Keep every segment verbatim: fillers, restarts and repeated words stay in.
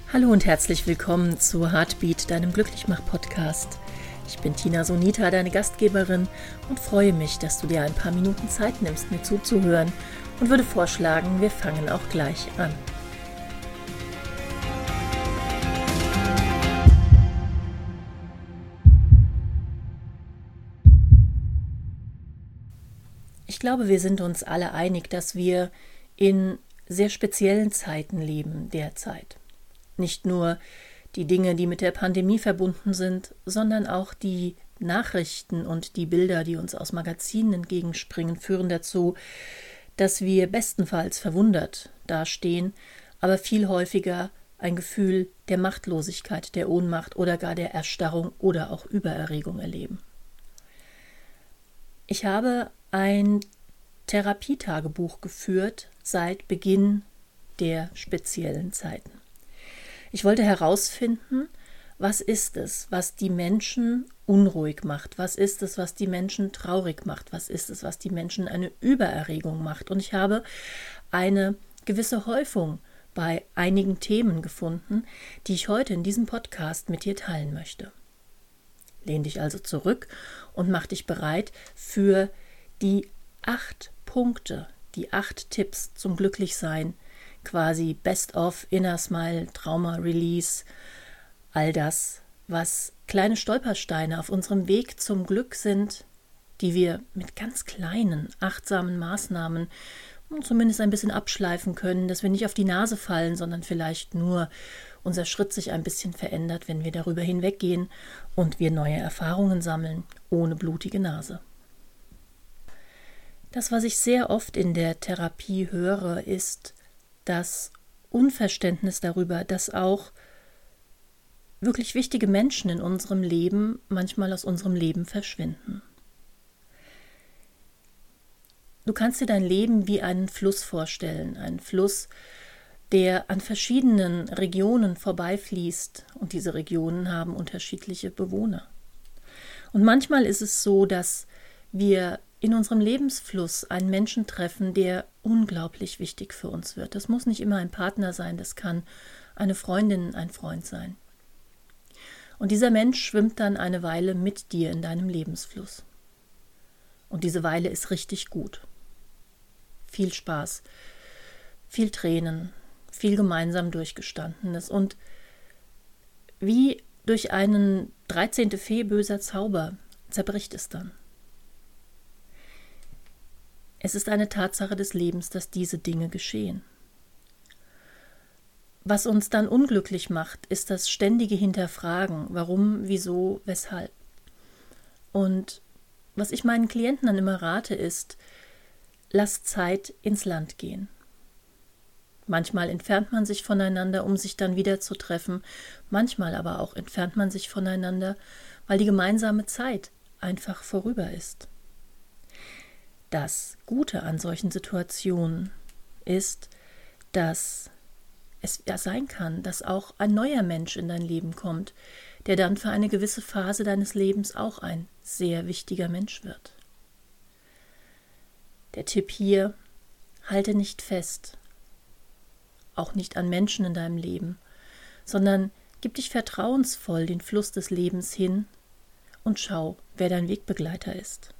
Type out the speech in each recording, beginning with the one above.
Hallo und herzlich willkommen zu Heartbeat, deinem Glücklichmach-Podcast. Ich bin Tina Sonita, deine Gastgeberin, und freue mich, dass du dir ein paar Minuten Zeit nimmst, mir zuzuhören, und würde vorschlagen, wir fangen auch gleich an. Ich glaube, wir sind uns alle einig, dass wir in sehr speziellen Zeiten leben derzeit. Nicht nur die Dinge, die mit der Pandemie verbunden sind, sondern auch die Nachrichten und die Bilder, die uns aus Magazinen entgegenspringen, führen dazu, dass wir bestenfalls verwundert dastehen, aber viel häufiger ein Gefühl der Machtlosigkeit, der Ohnmacht oder gar der Erstarrung oder auch Übererregung erleben. Ich habe ein Therapietagebuch geführt seit Beginn der speziellen Zeiten. Ich wollte herausfinden, was ist es, was die Menschen unruhig macht? Was ist es, was die Menschen traurig macht? Was ist es, was die Menschen eine Übererregung macht? Und ich habe eine gewisse Häufung bei einigen Themen gefunden, die ich heute in diesem Podcast mit dir teilen möchte. Lehn dich also zurück und mach dich bereit für die acht Punkte, die acht Tipps zum Glücklichsein, quasi Best of, Inner Smile, Trauma Release, all das, was kleine Stolpersteine auf unserem Weg zum Glück sind, die wir mit ganz kleinen, achtsamen Maßnahmen zumindest ein bisschen abschleifen können, dass wir nicht auf die Nase fallen, sondern vielleicht nur unser Schritt sich ein bisschen verändert, wenn wir darüber hinweggehen und wir neue Erfahrungen sammeln, ohne blutige Nase. Das, was ich sehr oft in der Therapie höre, ist das Unverständnis darüber, dass auch wirklich wichtige Menschen in unserem Leben manchmal aus unserem Leben verschwinden. Du kannst dir dein Leben wie einen Fluss vorstellen, einen Fluss, der an verschiedenen Regionen vorbeifließt, und diese Regionen haben unterschiedliche Bewohner. Und manchmal ist es so, dass wir in unserem Lebensfluss einen Menschen treffen, der unglaublich wichtig für uns wird. Das muss nicht immer ein Partner sein, das kann eine Freundin, ein Freund sein. Und dieser Mensch schwimmt dann eine Weile mit dir in deinem Lebensfluss. Und diese Weile ist richtig gut. Viel Spaß, viel Tränen, viel gemeinsam Durchgestandenes. Und wie durch einen dreizehnte Fee böser Zauber zerbricht es dann. Es ist eine Tatsache des Lebens, dass diese Dinge geschehen. Was uns dann unglücklich macht, ist das ständige Hinterfragen, warum, wieso, weshalb. Und was ich meinen Klienten dann immer rate, ist, lass Zeit ins Land gehen. Manchmal entfernt man sich voneinander, um sich dann wieder zu treffen, manchmal aber auch entfernt man sich voneinander, weil die gemeinsame Zeit einfach vorüber ist. Das Gute an solchen Situationen ist, dass es ja sein kann, dass auch ein neuer Mensch in dein Leben kommt, der dann für eine gewisse Phase deines Lebens auch ein sehr wichtiger Mensch wird. Der Tipp hier: halte nicht fest, auch nicht an Menschen in deinem Leben, sondern gib dich vertrauensvoll den Fluss des Lebens hin und schau, wer dein Wegbegleiter ist.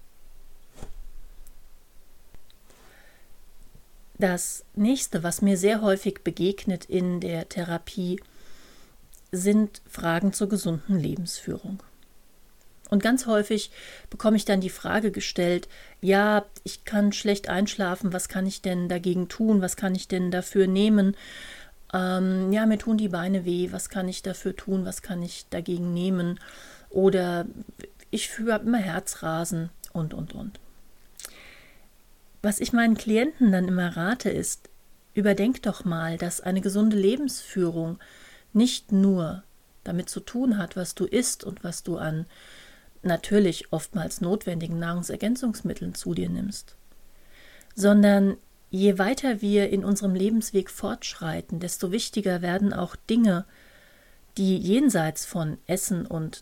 Das nächste, was mir sehr häufig begegnet in der Therapie, sind Fragen zur gesunden Lebensführung. Und ganz häufig bekomme ich dann die Frage gestellt: ja, ich kann schlecht einschlafen, was kann ich denn dagegen tun, was kann ich denn dafür nehmen? Ähm, ja, mir tun die Beine weh, was kann ich dafür tun, was kann ich dagegen nehmen? Oder ich habe immer Herzrasen und, und, und. Was ich meinen Klienten dann immer rate, ist: überdenk doch mal, dass eine gesunde Lebensführung nicht nur damit zu tun hat, was du isst und was du an natürlich oftmals notwendigen Nahrungsergänzungsmitteln zu dir nimmst, sondern je weiter wir in unserem Lebensweg fortschreiten, desto wichtiger werden auch Dinge, die jenseits von Essen und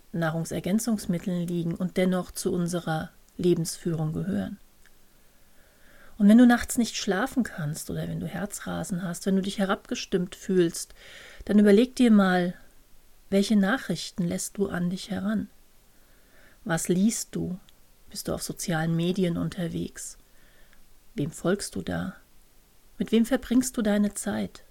Nahrungsergänzungsmitteln liegen und dennoch zu unserer Lebensführung gehören. Und wenn du nachts nicht schlafen kannst oder wenn du Herzrasen hast, wenn du dich herabgestimmt fühlst, dann überleg dir mal, welche Nachrichten lässt du an dich heran? Was liest du? Bist du auf sozialen Medien unterwegs? Wem folgst du da? Mit wem verbringst du deine Zeit?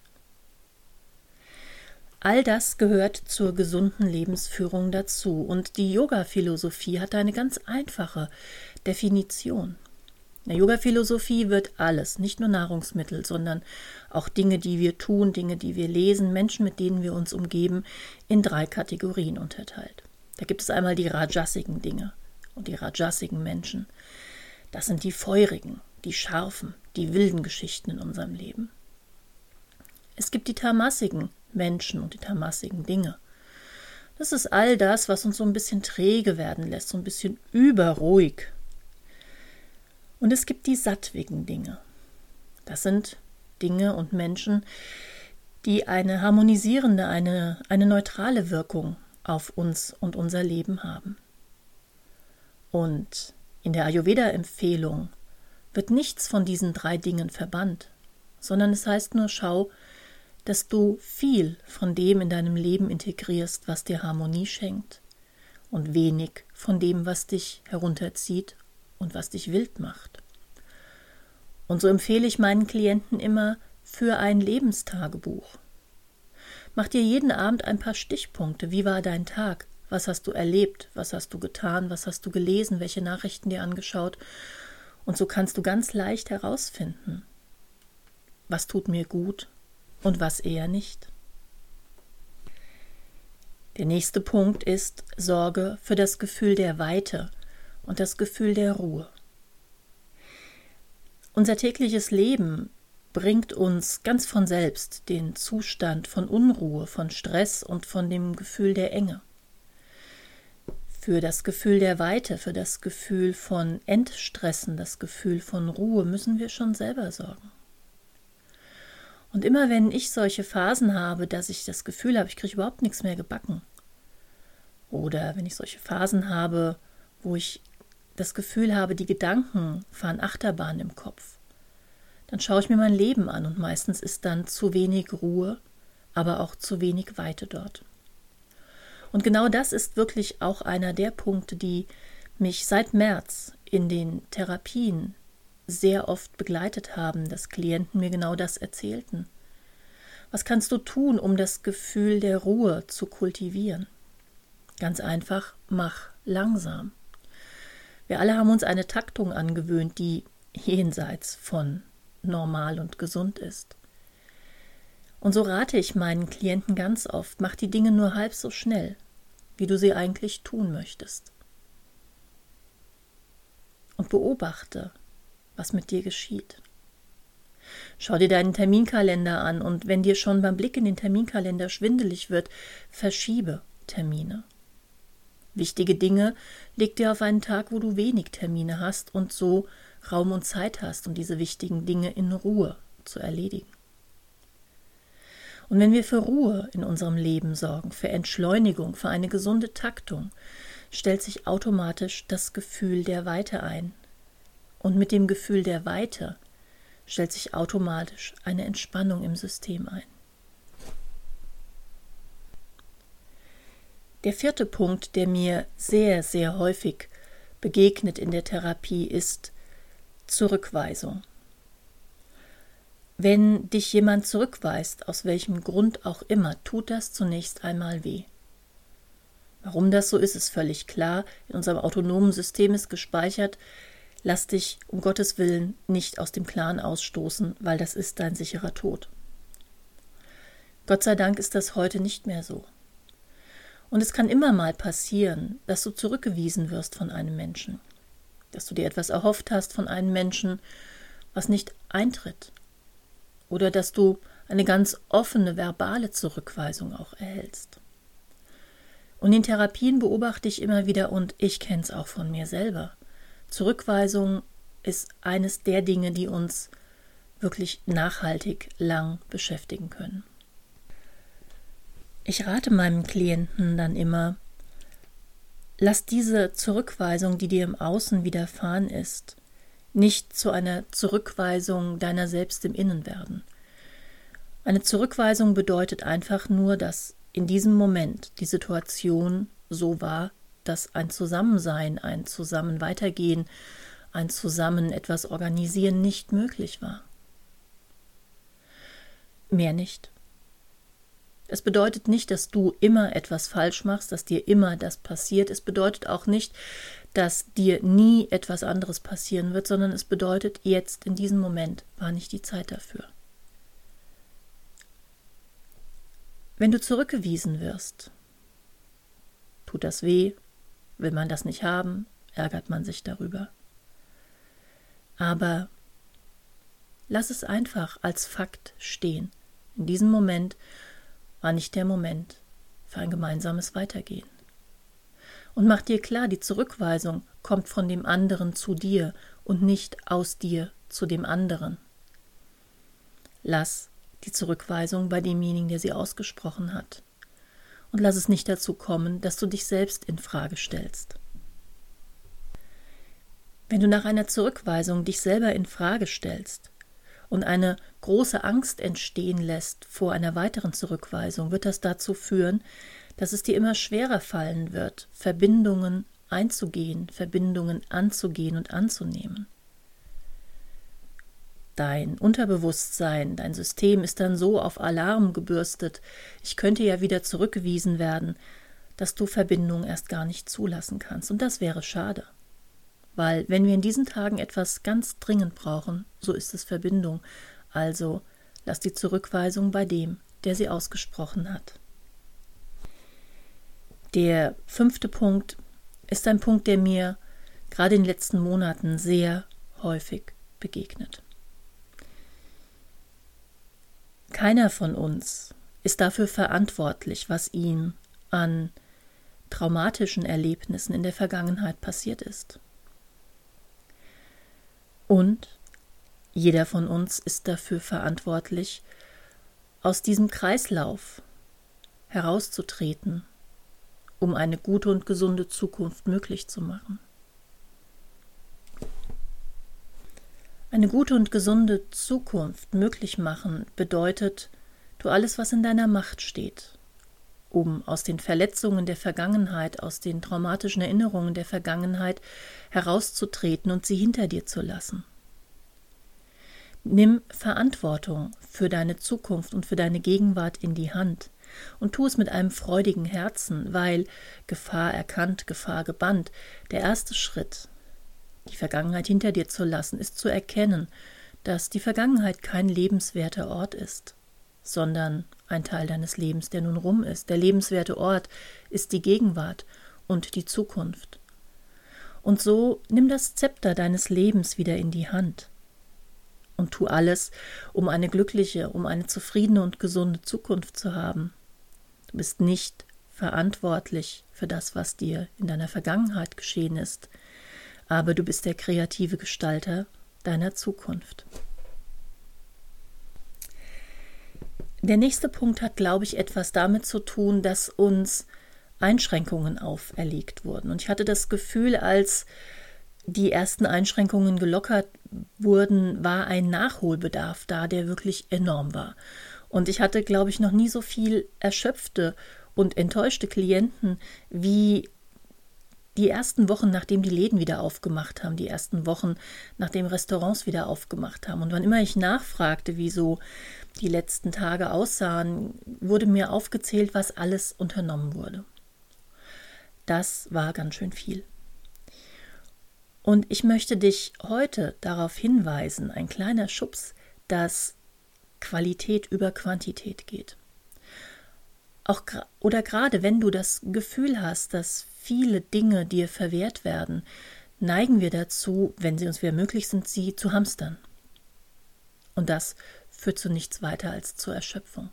All das gehört zur gesunden Lebensführung dazu. Und die Yoga-Philosophie hat eine ganz einfache Definition. In der Yoga-Philosophie wird alles, nicht nur Nahrungsmittel, sondern auch Dinge, die wir tun, Dinge, die wir lesen, Menschen, mit denen wir uns umgeben, in drei Kategorien unterteilt. Da gibt es einmal die rajasigen Dinge und die rajasigen Menschen. Das sind die feurigen, die scharfen, die wilden Geschichten in unserem Leben. Es gibt die tamasigen Menschen und die tamasigen Dinge. Das ist all das, was uns so ein bisschen träge werden lässt, so ein bisschen überruhig. Und es gibt die sattwigen Dinge. Das sind Dinge und Menschen, die eine harmonisierende, eine, eine neutrale Wirkung auf uns und unser Leben haben. Und in der Ayurveda-Empfehlung wird nichts von diesen drei Dingen verbannt, sondern es heißt nur, schau, dass du viel von dem in deinem Leben integrierst, was dir Harmonie schenkt und wenig von dem, was dich herunterzieht und was dich wild macht. Und so empfehle ich meinen Klienten immer für ein Lebenstagebuch. Mach dir jeden Abend ein paar Stichpunkte. Wie war dein Tag? Was hast du erlebt? Was hast du getan? Was hast du gelesen? Welche Nachrichten dir angeschaut? Und so kannst du ganz leicht herausfinden, was tut mir gut und was eher nicht. Der nächste Punkt ist Sorge für das Gefühl der Weite und das Gefühl der Ruhe. Unser tägliches Leben bringt uns ganz von selbst den Zustand von Unruhe, von Stress und von dem Gefühl der Enge. Für das Gefühl der Weite, für das Gefühl von Entstressen, das Gefühl von Ruhe müssen wir schon selber sorgen. Und immer wenn ich solche Phasen habe, dass ich das Gefühl habe, ich kriege überhaupt nichts mehr gebacken, oder wenn ich solche Phasen habe, wo ich das Gefühl habe, die Gedanken fahren Achterbahn im Kopf, dann schaue ich mir mein Leben an und meistens ist dann zu wenig Ruhe, aber auch zu wenig Weite dort. Und genau das ist wirklich auch einer der Punkte, die mich seit März in den Therapien sehr oft begleitet haben, dass Klienten mir genau das erzählten. Was kannst du tun, um das Gefühl der Ruhe zu kultivieren? Ganz einfach, mach langsam. Wir alle haben uns eine Taktung angewöhnt, die jenseits von normal und gesund ist. Und so rate ich meinen Klienten ganz oft, mach die Dinge nur halb so schnell, wie du sie eigentlich tun möchtest. Und beobachte, was mit dir geschieht. Schau dir deinen Terminkalender an und wenn dir schon beim Blick in den Terminkalender schwindelig wird, verschiebe Termine. Wichtige Dinge leg dir auf einen Tag, wo du wenig Termine hast und so Raum und Zeit hast, um diese wichtigen Dinge in Ruhe zu erledigen. Und wenn wir für Ruhe in unserem Leben sorgen, für Entschleunigung, für eine gesunde Taktung, stellt sich automatisch das Gefühl der Weite ein. Und mit dem Gefühl der Weite stellt sich automatisch eine Entspannung im System ein. Der vierte Punkt, der mir sehr, sehr häufig begegnet in der Therapie, ist Zurückweisung. Wenn dich jemand zurückweist, aus welchem Grund auch immer, tut das zunächst einmal weh. Warum das so ist, ist völlig klar. In unserem autonomen System ist gespeichert, lass dich um Gottes Willen nicht aus dem Clan ausstoßen, weil das ist dein sicherer Tod. Gott sei Dank ist das heute nicht mehr so. Und es kann immer mal passieren, dass du zurückgewiesen wirst von einem Menschen, dass du dir etwas erhofft hast von einem Menschen, was nicht eintritt, oder dass du eine ganz offene verbale Zurückweisung auch erhältst. Und in Therapien beobachte ich immer wieder, und ich kenne es auch von mir selber, Zurückweisung ist eines der Dinge, die uns wirklich nachhaltig lang beschäftigen können. Ich rate meinem Klienten dann immer, lass diese Zurückweisung, die dir im Außen widerfahren ist, nicht zu einer Zurückweisung deiner selbst im Innen werden. Eine Zurückweisung bedeutet einfach nur, dass in diesem Moment die Situation so war, dass ein Zusammensein, ein Zusammen weitergehen, ein Zusammen etwas organisieren nicht möglich war. Mehr nicht. Es bedeutet nicht, dass du immer etwas falsch machst, dass dir immer das passiert. Es bedeutet auch nicht, dass dir nie etwas anderes passieren wird, sondern es bedeutet, jetzt in diesem Moment war nicht die Zeit dafür. Wenn du zurückgewiesen wirst, tut das weh, will man das nicht haben, ärgert man sich darüber. Aber lass es einfach als Fakt stehen. In diesem Moment war nicht der Moment für ein gemeinsames Weitergehen. Und mach dir klar, die Zurückweisung kommt von dem anderen zu dir und nicht aus dir zu dem anderen. Lass die Zurückweisung bei demjenigen, der sie ausgesprochen hat. Und lass es nicht dazu kommen, dass du dich selbst in Frage stellst. Wenn du nach einer Zurückweisung dich selber in Frage stellst und eine große Angst entstehen lässt vor einer weiteren Zurückweisung, wird das dazu führen, dass es dir immer schwerer fallen wird, Verbindungen einzugehen, Verbindungen anzugehen und anzunehmen. Dein Unterbewusstsein, dein System ist dann so auf Alarm gebürstet, ich könnte ja wieder zurückgewiesen werden, dass du Verbindungen erst gar nicht zulassen kannst. Und das wäre schade. Weil wenn wir in diesen Tagen etwas ganz dringend brauchen, so ist es Verbindung. Also lass die Zurückweisung bei dem, der sie ausgesprochen hat. Der fünfte Punkt ist ein Punkt, der mir gerade in den letzten Monaten sehr häufig begegnet. Keiner von uns ist dafür verantwortlich, was ihm an traumatischen Erlebnissen in der Vergangenheit passiert ist. Und jeder von uns ist dafür verantwortlich, aus diesem Kreislauf herauszutreten, um eine gute und gesunde Zukunft möglich zu machen. Eine gute und gesunde Zukunft möglich machen bedeutet, tu alles, was in deiner Macht steht, um aus den Verletzungen der Vergangenheit, aus den traumatischen Erinnerungen der Vergangenheit herauszutreten und sie hinter dir zu lassen. Nimm Verantwortung für deine Zukunft und für deine Gegenwart in die Hand und tu es mit einem freudigen Herzen, weil Gefahr erkannt, Gefahr gebannt, der erste Schritt, die Vergangenheit hinter dir zu lassen, ist zu erkennen, dass die Vergangenheit kein lebenswerter Ort ist, sondern ein Teil deines Lebens, der nun rum ist. Der lebenswerte Ort ist die Gegenwart und die Zukunft. Und so nimm das Zepter deines Lebens wieder in die Hand und tu alles, um eine glückliche, um eine zufriedene und gesunde Zukunft zu haben. Du bist nicht verantwortlich für das, was dir in deiner Vergangenheit geschehen ist, aber du bist der kreative Gestalter deiner Zukunft. Der nächste Punkt hat, glaube ich, etwas damit zu tun, dass uns Einschränkungen auferlegt wurden. Und ich hatte das Gefühl, als die ersten Einschränkungen gelockert wurden, war ein Nachholbedarf da, der wirklich enorm war. Und ich hatte, glaube ich, noch nie so viel erschöpfte und enttäuschte Klienten wie die ersten Wochen, nachdem die Läden wieder aufgemacht haben, die ersten Wochen, nachdem Restaurants wieder aufgemacht haben. Und wann immer ich nachfragte, wie so die letzten Tage aussahen, wurde mir aufgezählt, was alles unternommen wurde. Das war ganz schön viel. Und ich möchte dich heute darauf hinweisen, ein kleiner Schubs, dass Qualität über Quantität geht. Auch oder gerade wenn du das Gefühl hast, dass viele Dinge dir verwehrt werden, neigen wir dazu, wenn sie uns wieder möglich sind, sie zu hamstern. Und das führt zu nichts weiter als zur Erschöpfung.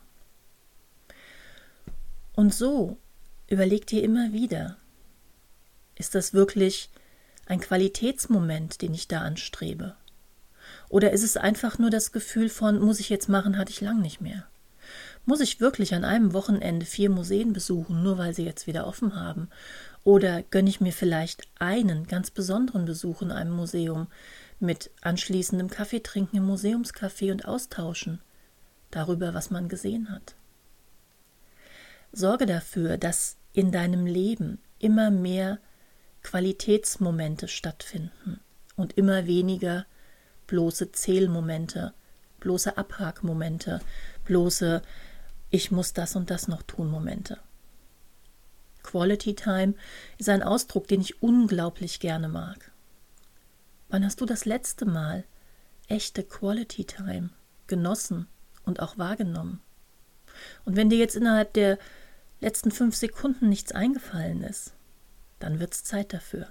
Und so überleg dir immer wieder, ist das wirklich ein Qualitätsmoment, den ich da anstrebe? Oder ist es einfach nur das Gefühl von, muss ich jetzt machen, hatte ich lang nicht mehr? Muss ich wirklich an einem Wochenende vier Museen besuchen, nur weil sie jetzt wieder offen haben? Oder gönne ich mir vielleicht einen ganz besonderen Besuch in einem Museum mit anschließendem Kaffeetrinken im Museumscafé und austauschen darüber, was man gesehen hat. Sorge dafür, dass in deinem Leben immer mehr Qualitätsmomente stattfinden und immer weniger bloße Zählmomente, bloße Abhakmomente, bloße Ich muss das und das noch tun Momente. Quality Time ist ein Ausdruck, den ich unglaublich gerne mag. Wann hast du das letzte Mal echte Quality Time genossen und auch wahrgenommen? Und wenn dir jetzt innerhalb der letzten fünf Sekunden nichts eingefallen ist, dann wird es Zeit dafür.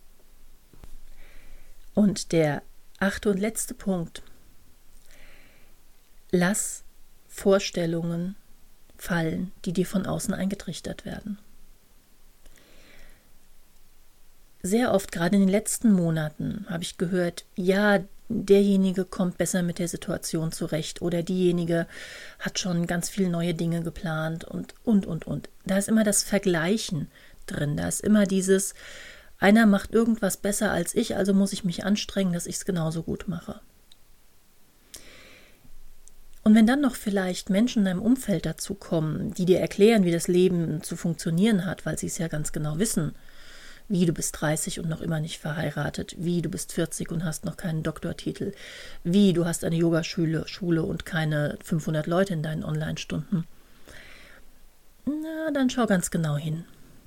Und der achte und letzte Punkt. Lass Vorstellungen fallen, die dir von außen eingetrichtert werden. Sehr oft, gerade in den letzten Monaten, habe ich gehört, ja, derjenige kommt besser mit der Situation zurecht oder diejenige hat schon ganz viele neue Dinge geplant und, und, und, und. Da ist immer das Vergleichen drin, da ist immer dieses, einer macht irgendwas besser als ich, also muss ich mich anstrengen, dass ich es genauso gut mache. Und wenn dann noch vielleicht Menschen in deinem Umfeld dazu kommen, die dir erklären, wie das Leben zu funktionieren hat, weil sie es ja ganz genau wissen, wie du bist dreißig und noch immer nicht verheiratet, wie du bist vierzig und hast noch keinen Doktortitel, wie du hast eine Yogaschule Schule und keine fünfhundert Leute in deinen Online-Stunden. Na, dann schau ganz genau hin.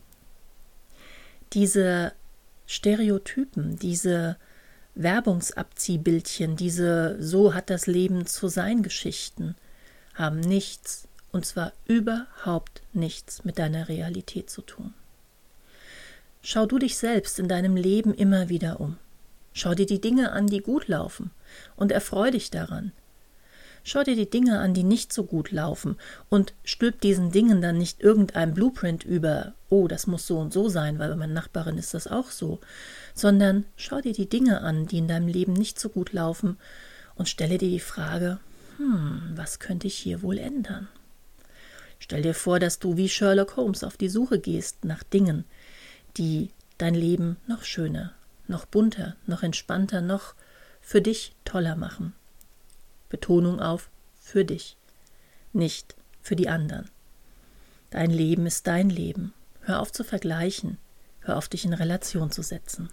Diese Stereotypen, diese Werbungsabziehbildchen, diese so hat das Leben zu sein Geschichten, haben nichts, und zwar überhaupt nichts mit deiner Realität zu tun. Schau du dich selbst in deinem Leben immer wieder um. Schau dir die Dinge an, die gut laufen, und erfreu dich daran. Schau dir die Dinge an, die nicht so gut laufen, und stülp diesen Dingen dann nicht irgendein Blueprint über, oh, das muss so und so sein, weil bei meiner Nachbarin ist das auch so, sondern schau dir die Dinge an, die in deinem Leben nicht so gut laufen, und stelle dir die Frage, hm, was könnte ich hier wohl ändern? Stell dir vor, dass du wie Sherlock Holmes auf die Suche gehst nach Dingen, die dein Leben noch schöner, noch bunter, noch entspannter, noch für dich toller machen. Betonung auf für dich, nicht für die anderen. Dein Leben ist dein Leben. Hör auf zu vergleichen, hör auf dich in Relation zu setzen.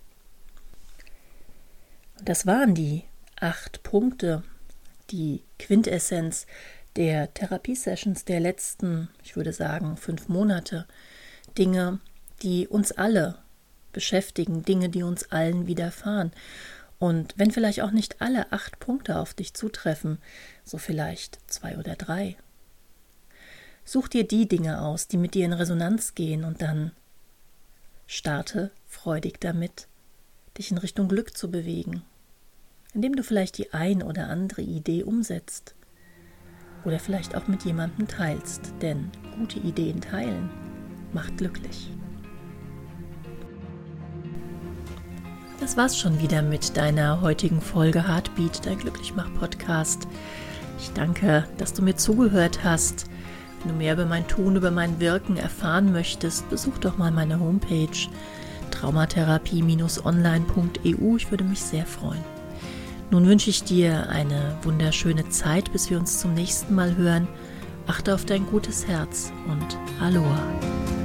Das waren die acht Punkte, die Quintessenz der Therapiesessions der letzten, ich würde sagen, fünf Monate. Dinge, die uns alle beschäftigen, Dinge, die uns allen widerfahren. Und wenn vielleicht auch nicht alle acht Punkte auf dich zutreffen, so vielleicht zwei oder drei. Such dir die Dinge aus, die mit dir in Resonanz gehen, und dann starte freudig damit, dich in Richtung Glück zu bewegen, indem du vielleicht die ein oder andere Idee umsetzt oder vielleicht auch mit jemandem teilst, denn gute Ideen teilen macht glücklich. Das war's schon wieder mit deiner heutigen Folge Heartbeat, dein Glücklichmach-Podcast. Ich danke, dass du mir zugehört hast. Wenn du mehr über mein Tun, über mein Wirken erfahren möchtest, besuch doch mal meine Homepage traumatherapie Bindestrich online Punkt e u. Ich würde mich sehr freuen. Nun wünsche ich dir eine wunderschöne Zeit, bis wir uns zum nächsten Mal hören. Achte auf dein gutes Herz und Aloha.